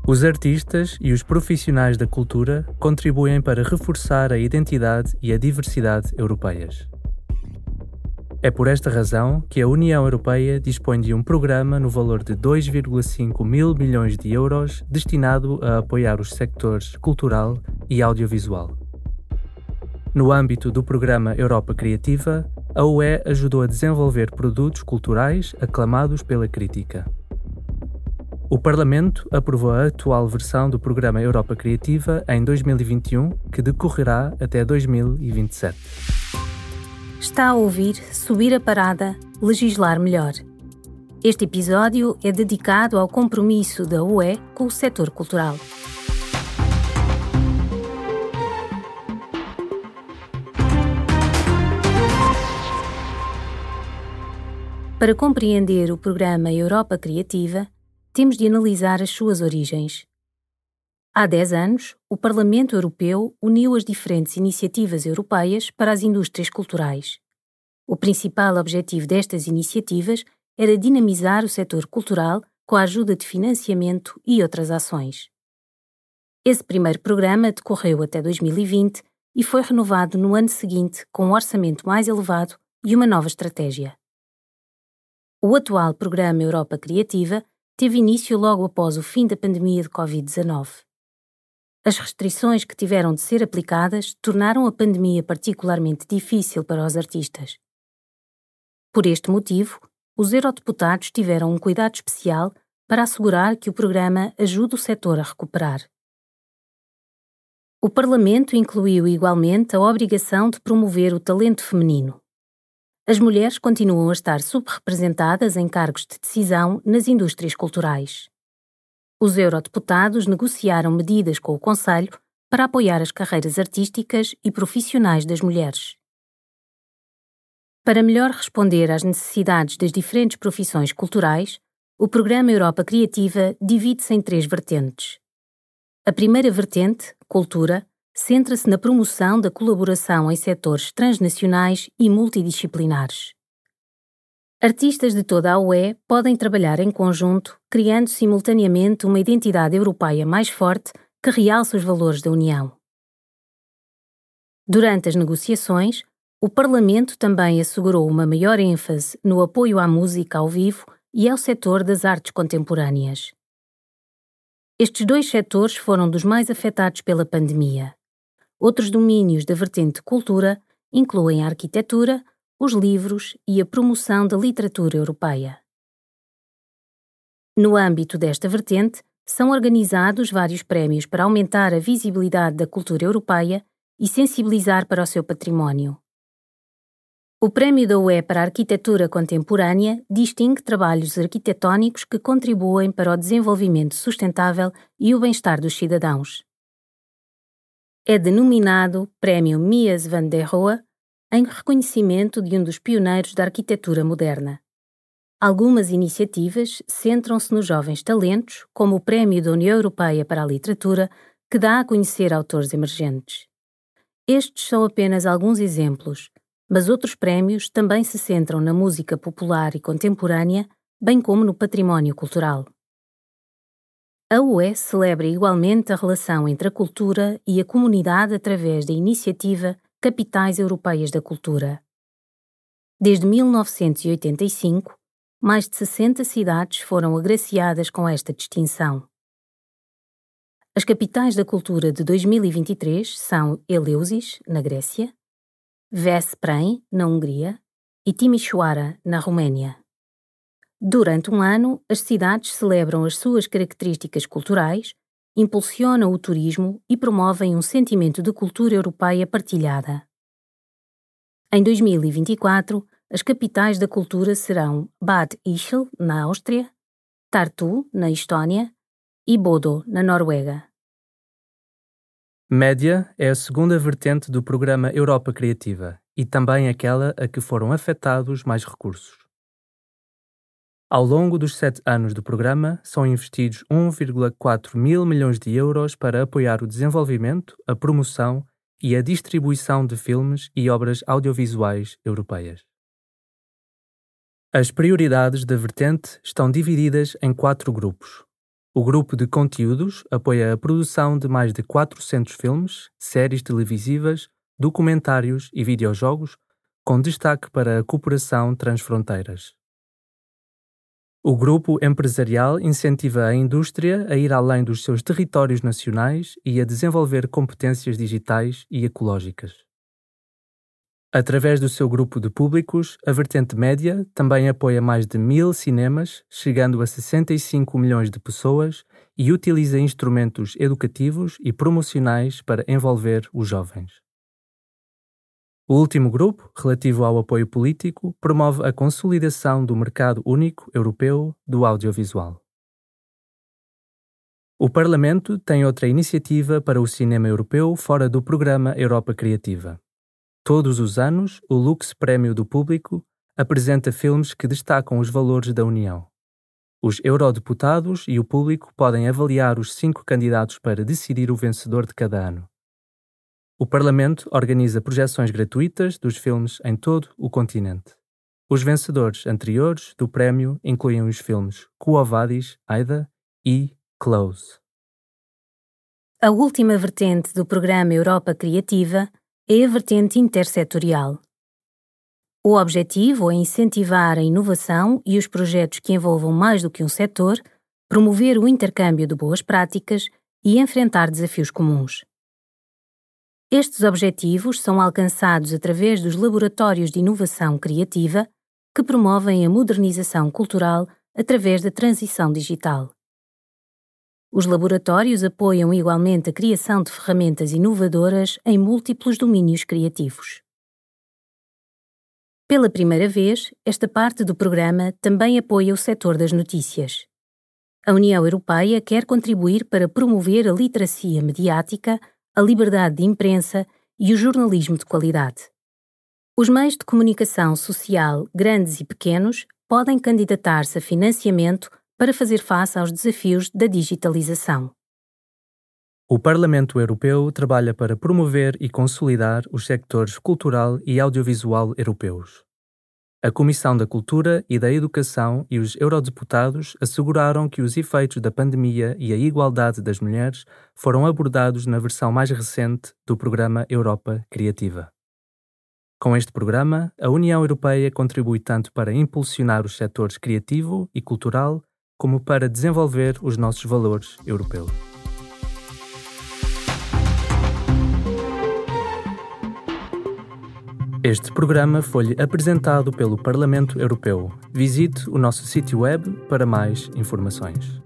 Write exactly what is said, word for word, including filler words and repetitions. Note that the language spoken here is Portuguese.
Os artistas e os profissionais da cultura contribuem para reforçar a identidade e a diversidade europeias. É por esta razão que a União Europeia dispõe de um programa no valor de dois vírgula cinco mil milhões de euros destinado a apoiar os sectores cultural e audiovisual. No âmbito do programa Europa Criativa, a U E ajudou a desenvolver produtos culturais aclamados pela crítica. O Parlamento aprovou a atual versão do programa Europa Criativa em dois mil e vinte e um, que decorrerá até dois mil e vinte e sete. Está a ouvir Subir a Parada, Legislar Melhor. Este episódio é dedicado ao compromisso da U E com o setor cultural. Para compreender o programa Europa Criativa, temos de analisar as suas origens. Há dez anos, o Parlamento Europeu uniu as diferentes iniciativas europeias para as indústrias culturais. O principal objetivo destas iniciativas era dinamizar o setor cultural com a ajuda de financiamento e outras ações. Esse primeiro programa decorreu até dois mil e vinte e foi renovado no ano seguinte com um orçamento mais elevado e uma nova estratégia. O atual programa Europa Criativa teve início logo após o fim da pandemia de covid dezanove. As restrições que tiveram de ser aplicadas tornaram a pandemia particularmente difícil para os artistas. Por este motivo, os eurodeputados tiveram um cuidado especial para assegurar que o programa ajude o setor a recuperar. O Parlamento incluiu igualmente a obrigação de promover o talento feminino. As mulheres continuam a estar subrepresentadas em cargos de decisão nas indústrias culturais. Os eurodeputados negociaram medidas com o Conselho para apoiar as carreiras artísticas e profissionais das mulheres. Para melhor responder às necessidades das diferentes profissões culturais, o programa Europa Criativa divide-se em três vertentes. A primeira vertente, Cultura, centra-se na promoção da colaboração em setores transnacionais e multidisciplinares. Artistas de toda a U E podem trabalhar em conjunto, criando simultaneamente uma identidade europeia mais forte que realce os valores da União. Durante as negociações, o Parlamento também assegurou uma maior ênfase no apoio à música ao vivo e ao setor das artes contemporâneas. Estes dois setores foram dos mais afetados pela pandemia. Outros domínios da vertente cultura incluem a arquitetura, os livros e a promoção da literatura europeia. No âmbito desta vertente, são organizados vários prémios para aumentar a visibilidade da cultura europeia e sensibilizar para o seu património. O Prémio da U E para a Arquitetura Contemporânea distingue trabalhos arquitetónicos que contribuem para o desenvolvimento sustentável e o bem-estar dos cidadãos. É denominado Prémio Mies van der Rohe em reconhecimento de um dos pioneiros da arquitetura moderna. Algumas iniciativas centram-se nos jovens talentos, como o Prémio da União Europeia para a Literatura, que dá a conhecer autores emergentes. Estes são apenas alguns exemplos, mas outros prémios também se centram na música popular e contemporânea, bem como no património cultural. A U E celebra igualmente a relação entre a cultura e a comunidade através da iniciativa Capitais Europeias da Cultura. Desde mil novecentos e oitenta e cinco, mais de sessenta cidades foram agraciadas com esta distinção. As Capitais da Cultura de dois mil e vinte e três são Eleusis, na Grécia, Veszprém, na Hungria, e Timișoara, na Roménia. Durante um ano, as cidades celebram as suas características culturais, impulsionam o turismo e promovem um sentimento de cultura europeia partilhada. Em dois mil e vinte e quatro, as capitais da cultura serão Bad Ischl, na Áustria, Tartu, na Estónia, e Bodo, na Noruega. Média é a segunda vertente do programa Europa Criativa e também aquela a que foram afetados mais recursos. Ao longo dos sete anos do programa, são investidos um vírgula quatro mil milhões de euros para apoiar o desenvolvimento, a promoção e a distribuição de filmes e obras audiovisuais europeias. As prioridades da vertente estão divididas em quatro grupos. O grupo de conteúdos apoia a produção de mais de quatrocentos filmes, séries televisivas, documentários e videojogos, com destaque para a cooperação transfronteiras. O grupo empresarial incentiva a indústria a ir além dos seus territórios nacionais e a desenvolver competências digitais e ecológicas. Através do seu grupo de públicos, a vertente média também apoia mais de mil cinemas, chegando a sessenta e cinco milhões de pessoas, e utiliza instrumentos educativos e promocionais para envolver os jovens. O último grupo, relativo ao apoio político, promove a consolidação do mercado único europeu do audiovisual. O Parlamento tem outra iniciativa para o cinema europeu fora do programa Europa Criativa. Todos os anos, o Lux Prémio do Público apresenta filmes que destacam os valores da União. Os eurodeputados e o público podem avaliar os cinco candidatos para decidir o vencedor de cada ano. O Parlamento organiza projeções gratuitas dos filmes em todo o continente. Os vencedores anteriores do prémio incluem os filmes Quo Vadis, Aida e Close. A última vertente do programa Europa Criativa é a vertente intersetorial. O objetivo é incentivar a inovação e os projetos que envolvam mais do que um setor, promover o intercâmbio de boas práticas e enfrentar desafios comuns. Estes objetivos são alcançados através dos laboratórios de inovação criativa que promovem a modernização cultural através da transição digital. Os laboratórios apoiam igualmente a criação de ferramentas inovadoras em múltiplos domínios criativos. Pela primeira vez, esta parte do programa também apoia o setor das notícias. A União Europeia quer contribuir para promover a literacia mediática, a liberdade de imprensa e o jornalismo de qualidade. Os meios de comunicação social, grandes e pequenos, podem candidatar-se a financiamento para fazer face aos desafios da digitalização. O Parlamento Europeu trabalha para promover e consolidar os sectores cultural e audiovisual europeus. A Comissão da Cultura e da Educação e os eurodeputados asseguraram que os efeitos da pandemia e a igualdade das mulheres foram abordados na versão mais recente do programa Europa Criativa. Com este programa, a União Europeia contribui tanto para impulsionar os setores criativo e cultural, como para desenvolver os nossos valores europeus. Este programa foi-lhe apresentado pelo Parlamento Europeu. Visite o nosso sítio web para mais informações.